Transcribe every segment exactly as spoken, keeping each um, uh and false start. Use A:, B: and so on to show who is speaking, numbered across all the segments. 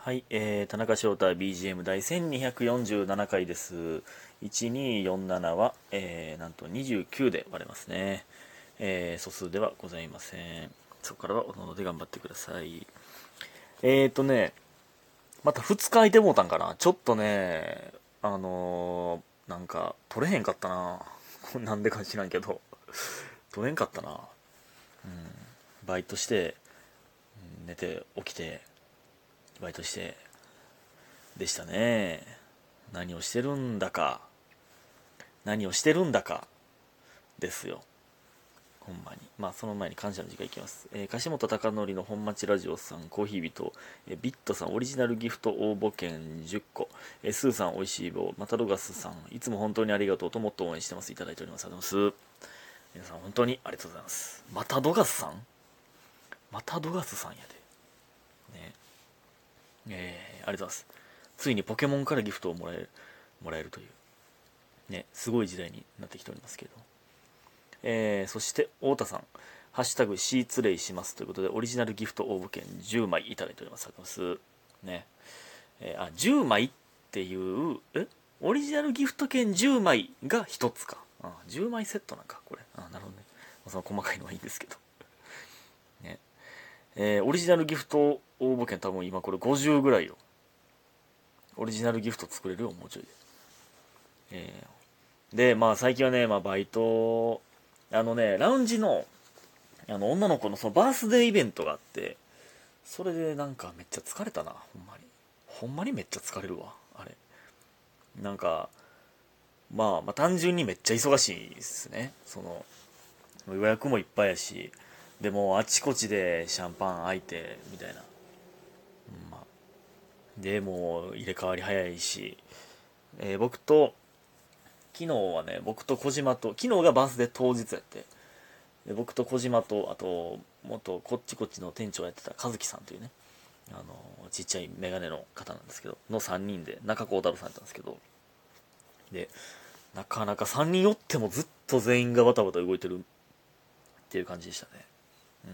A: はい、えー、田中翔太 ビージーエム 第せんにひゃくよんじゅうななかいです。いちにーよんななは、えー、なんとにじゅうきゅうで割れますね。えー、素数ではございません。そこからはおのので頑張ってください。えーとね、またふつか空いてもうたんかな。ちょっとね、あのー、なんか、取れへんかったな。なんでか知らんけど。取れんかったな。うん。バイトして、寝て、起きて、バイトしてでしたね。何をしてるんだか何をしてるんだかですよ、ほんまに。まあその前に感謝の時間いきます。えー、樫本貴則の本町ラジオさん、コーヒー人、えー、ビットさんオリジナルギフト応募券じゅっこ、えー、スーさんおいしい棒、マタドガスさんいつも本当にありがとうともっと応援してます、いただいております。ありがとうございます。皆さん本当にありがとうございます。マタドガスさんマタドガスさんやでね。えー、ありがとうございます。ついにポケモンからギフトをもらえるもらえるというね、すごい時代になってきておりますけど、えー、そして太田さん、ハッシュタグシーツレイしますということでオリジナルギフト応募券じゅうまいいただいております。ありがとうございますね。えー、あじゅうまいっていうえオリジナルギフト券じゅうまいがひとつか。あじゅうまいセットなんかこれ。あなるほどね。その細かいのはいいんですけどね。えー、オリジナルギフト応募券多分今これごじゅうぐらいよ。オリジナルギフト作れるよ、もうちょいで。えー、で、まあ最近はね、まあバイト、あのね、ラウンジの、あの女の子のそのバースデーイベントがあって、それでなんかめっちゃ疲れたな、ほんまに。ほんまにめっちゃ疲れるわ、あれ。なんか、まあ、まあ単純にめっちゃ忙しいですね。その、予約もいっぱいやし、でもあちこちでシャンパン開いて、みたいな。まあ、で、もう入れ替わり早いし、えー僕と、昨日はね、僕と小島と、昨日がバースデー当日やって、で僕と小島と、あと、元こっちこっちの店長やってた和樹さんというね、あの、ちっちゃいメガネの方なんですけど、のさんにんで、中幸太郎さんやったんですけど、で、なかなかさんにんおってもずっと全員がバタバタ動いてるっていう感じでしたね。うん。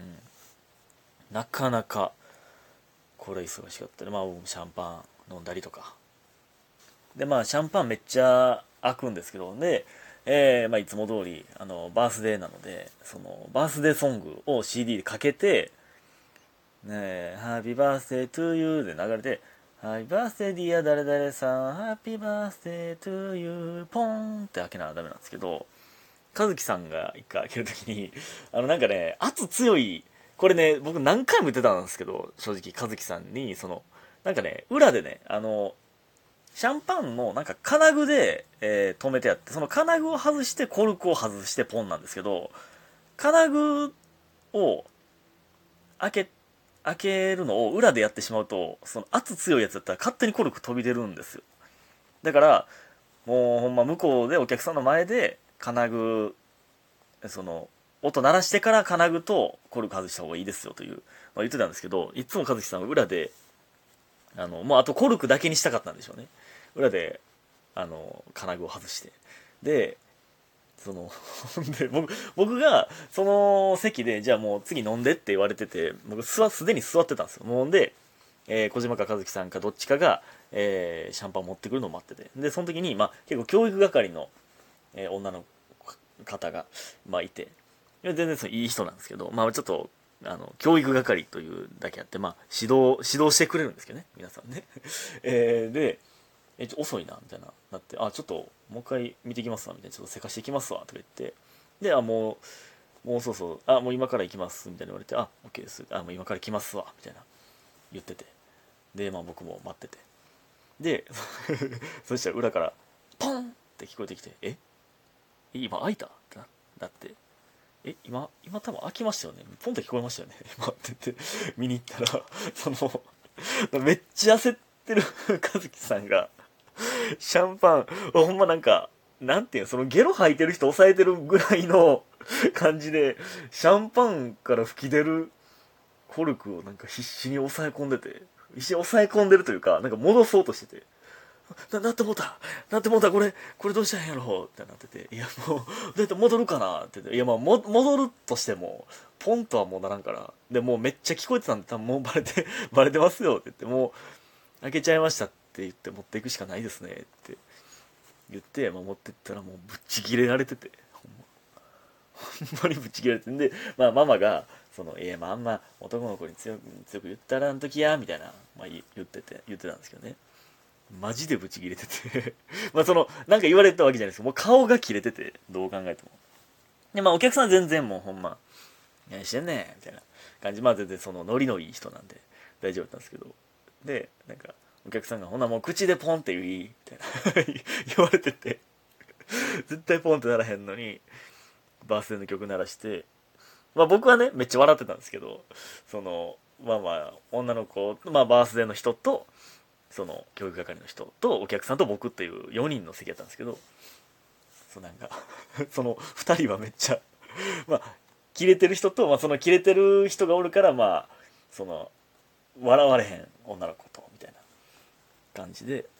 A: なかなか、これ忙しかったね。まあ、シャンパン飲んだりとか。で、まあ、シャンパンめっちゃ開くんですけど、で、えー、まあ、いつも通り、あの、バースデーなので、その、バースデーソングを シーディー でかけて、ねえ、ハッピーバースデートゥーユーで流れて、ハッピーバースデーディア誰々さん、ハッピーバースデートゥーユー、ポンって開けならダメなんですけど、和樹さんが一回開けるときに、あのなんかね、圧強い、これね、僕何回も言ってたんですけど、正直和樹さんに、その、なんかね、裏でね、あの、シャンパンのなんか金具で、えー止めてあって、その金具を外してコルクを外してポンなんですけど、金具を開け、開けるのを裏でやってしまうと、その圧強いやつだったら勝手にコルク飛び出るんですよ。だから、もうほんま向こうでお客さんの前で金具、その、音鳴らしてから金具とコルク外した方がいいですよという、まあ、言ってたんですけど、いつも和樹さんは裏で、あの、もうあとコルクだけにしたかったんでしょうね。裏で、あの、金具を外して。で、そので僕僕がその席でじゃあもう次飲んでって言われてて、僕すすでに座ってたんですよ。もんで、えー、小島か和樹さんかどっちかが、えーシャンパン持ってくるのを待ってて、でその時に、まあ、結構教育係の、えー女の方が、まあ、いて、いや全然そのいい人なんですけど、まあ、ちょっとあの教育係というだけあって、まあ、指導指導してくれるんですけどね、皆さんね。えーでえ、ちょ遅いな、みたいな、なって、あ、ちょっと、もう一回見てきますわ、みたいな、ちょっとせかしていきますわ、とか言って、で、あ、もう、もうそうそう、あ、もう今から行きます、みたいな言われて、あ、OK です、あ、もう今から来ますわ、みたいな、言ってて。で、まあ僕も待ってて。で、そしたら裏から、ポンって聞こえてきて、え今開いたってな、だって、え、今、今多分開きましたよね。ポンって聞こえましたよね。今って言って、見に行ったら、その、めっちゃ焦ってる和樹さんが、シャンパン、ほんまなんか、なんていうの、そのゲロ吐いてる人抑えてるぐらいの感じで、シャンパンから吹き出るコルクをなんか必死に抑え込んでて、必死に抑え込んでるというか、なんか戻そうとしてて、な、なってもうたなってもうたこれ、これどうしたんやろってなってて、いやもう、どうやって戻るかなって言って、いやまあも、戻るとしても、ポンとはもうならんから、で、もうめっちゃ聞こえてたんで、多分もうバレて、バレてますよって言って、もう、 開けちゃいましたって言って持っていくしかないですねって言って、まあ、持ってったらもうぶっちぎれられてて、ほんまほんまにぶっちぎれられてんで、まあママがその、いやまああんま男の子に強く強く言ったらんときやみたいな、まあ、言ってて言ってたんですけどね、マジでブチ切れててまあそのなんか言われたわけじゃないですけど、もう顔が切れてて、どう考えても。でまあお客さんは全然もうほんま何してんねんみたいな感じ、まあ全然そのノリのいい人なんで大丈夫だったんですけど、でなんかお客さんがほなもう口でポンって言いみたいな言われてて絶対ポンってならへんのにバースデーの曲鳴らして、まあ僕はねめっちゃ笑ってたんですけど、そのまあまあ女の子、まあバースデーの人とその教育係の人とお客さんと僕っていうよにんの席やったんですけど、そうなんかそのふたりはめっちゃまあキレてる人と、まあ、そのキレてる人がおるからまあその笑われへん女の子とみたいな感じで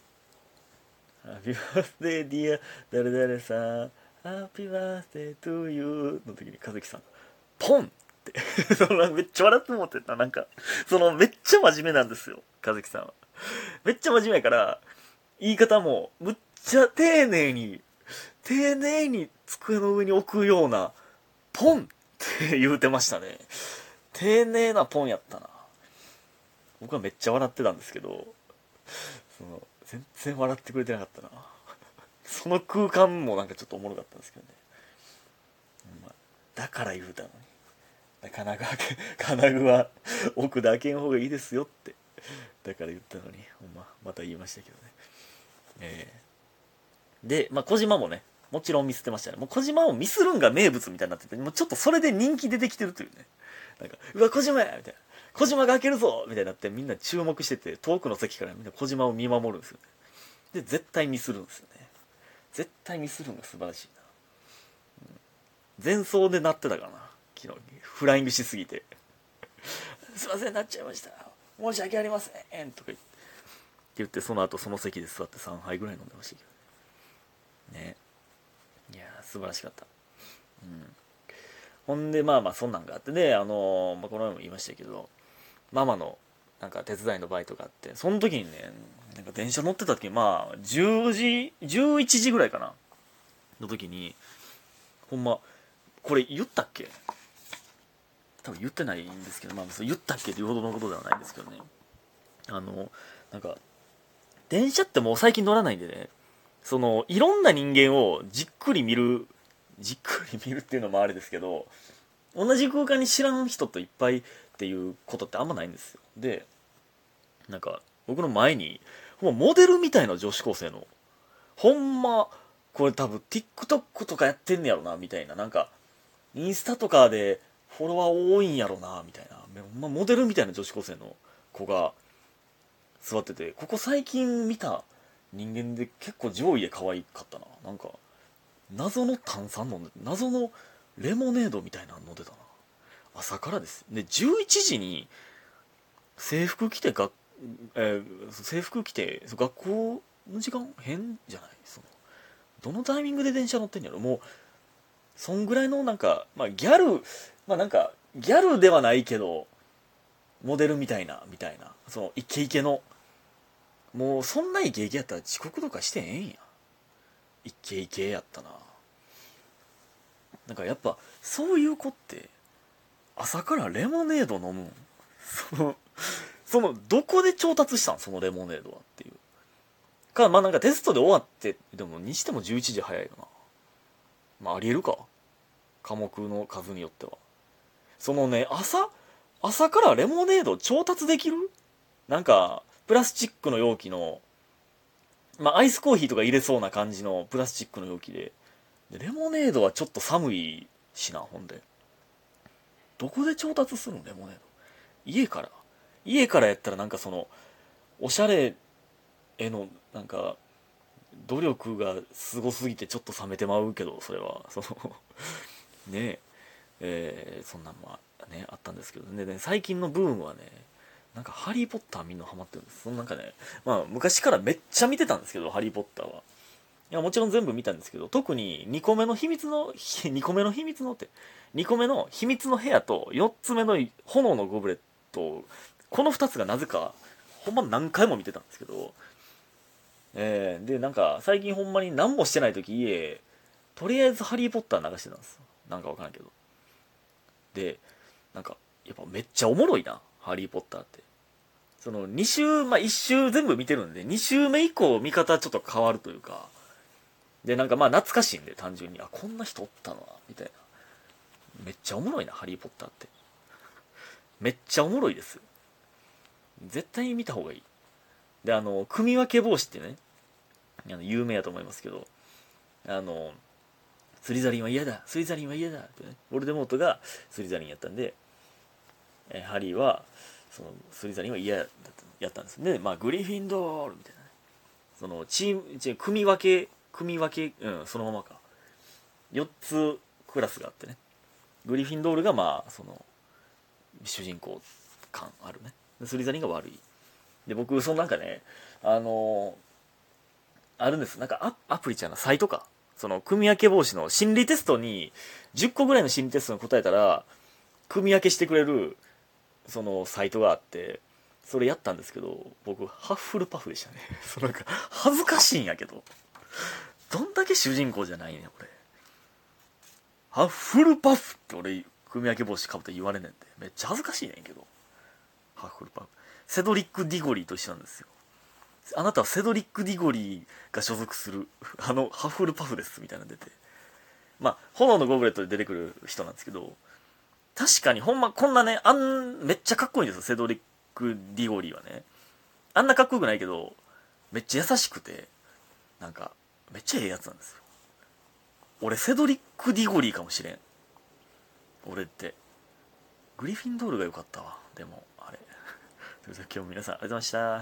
A: 「ハッピーバースデーディア誰々さんハッピーバースデートゥーユー」の時に和樹さんポンってそのめっちゃ笑って思ってた、なんかそのめっちゃ真面目なんですよ和樹さんは。めっちゃ真面目やから言い方もむっちゃ丁寧に丁寧に机の上に置くようなポンって言うてましたね。丁寧なポンやったな。僕はめっちゃ笑ってたんですけど、その全然笑ってくれてなかったな。その空間もなんかちょっとおもろかったんですけどね。まあ、だから言うたのに金具金具は奥で開けん方がいいですよってだから言ったのに、ほんままた言いましたけどね。えー、でまあ小島もねもちろんミスってましたね。もう小島をミスるんが名物みたいになってて、もうちょっとそれで人気出てきてるというね。なんかうわ小島やみたいな、小島が開けるぞみたいになってみんな注目してて、遠くの席からみんな小島を見守るんですよね。で絶対ミスるんですよね。絶対ミスるのが素晴らしいな。うん、前奏で鳴ってたからな昨日フライングしすぎてすいませんなっちゃいました申し訳ありませんとか言って言ってその後その席で座ってさんはいぐらい飲んでましたけどね。いやー素晴らしかった。うん、ほんでまあまあそんなんがあってね、あのーまあ、この前も言いましたけどママのなんか手伝いのバイトがあって、その時にねなんか電車乗ってた時にまあじゅうじじゅういちじぐらいかなの時に、ほんまこれ言ったっけ、多分言ってないんですけど、まあ言ったっけっていうほどのことではないんですけどね、あのなんか電車ってもう最近乗らないんでね、そのいろんな人間をじっくり見るじっくり見るっていうのもあれですけど、同じ空間に知らん人といっぱいっていうことってあんまないんですよ。でなんか僕の前にほんまモデルみたいな女子高生の、ほんまこれ多分 TikTok とかやってんねやろなみたいな、なんかインスタとかでフォロワー多いんやろなみたいな、まあ、モデルみたいな女子高生の子が座ってて、ここ最近見た人間で結構上位で可愛かったな。なんか謎の炭酸飲んで、謎のレモネードみたいなの飲んでたな。朝からです。でじゅういちじに制服着てが、えー、制服着て学校の時間変じゃない、そのどのタイミングで電車乗ってんやろ。もうそんぐらいのなんか、まあ、ギャル、まあなんかギャルではないけどモデルみたいなみたいな、そのイケイケの、もうそんなイケイケやったら遅刻とかしてええんや。イケイケやったな。なんかやっぱそういう子って朝からレモネード飲むん、そのそのどこで調達したんそのレモネードはっていうか、まあなんかテストで終わってでもにしてもじゅういちじ早いよな。まあありえるか、科目の数によっては。そのね朝朝からレモネード調達できる、なんかプラスチックの容器の、まあアイスコーヒーとか入れそうな感じのプラスチックの容器で、でレモネードはちょっと寒いしな。ほんでどこで調達するのレモネード、家から家からやったらなんかそのおしゃれへのなんか努力がすごすぎてちょっと冷めてまうけど、それはそのねええー、そんなんもねあったんですけどね。でね最近のブームはね、なんかハリーポッターみんなハマってるんです。そのなんかね、まあ昔からめっちゃ見てたんですけどハリーポッターは、いやもちろん全部見たんですけど、特ににこめの秘密のにこめの秘密のってにこめの秘密の部屋とよっつめの炎のゴブレット、このふたつがなぜかほんま何回も見てたんですけど、えー、でなんか最近ほんまに何もしてない時家とりあえずハリーポッター流してたんですよ。なんかわからんけど。でなんかやっぱめっちゃおもろいなハリーポッターって。そのに週、まあいっ週全部見てるんでに週目以降見方ちょっと変わるというか、でなんかまあ懐かしいんで単純に、あこんな人おったのなみたいな。めっちゃおもろいなハリーポッターって。めっちゃおもろいですよ。絶対に見た方がいい。であの組み分け帽子ってね、あの有名やと思いますけど、あのスリザリンは嫌だスリザリンは嫌だってね、ボルデモートがスリザリンやったんで、えハリーはそのスリザリンは嫌だったやったんですで、まあグリフィンドールみたいなね、そのチームチーム組み分け組み分けうんそのままか、よっつクラスがあってね、グリフィンドールがまあその主人公感あるね、スリザリンが悪い。で僕そのなんかね、あのー、あるんです、なんかアアプリちゃうな、サイトか、その組み分け防止の心理テストにじゅっこぐらいの心理テストに答えたら組み分けしてくれるそのサイトがあって、それやったんですけど僕ハッフルパフでしたねそうなんか恥ずかしいんやけど、どんだけ主人公じゃないねん俺。ハッフルパフって俺組み分け帽子かぶって言われねんて、めっちゃ恥ずかしいねんけど。ハッフルパフ、セドリック・ディゴリーと一緒なんですよ。あなたはセドリック・ディゴリーが所属するあのハッフルパフですみたいなの出て、まあ炎のゴブレットで出てくる人なんですけど、確かにほんまこんなね、あんめっちゃかっこいいんですよセドリック・ディゴリーはね。あんなかっこよくないけどめっちゃ優しくて、なんかめっちゃええやつなんですよ。俺セドリック・ディゴリーかもしれん。俺ってグリフィンドールが良かったわ。でもあれということで今日も皆さんありがとうございました。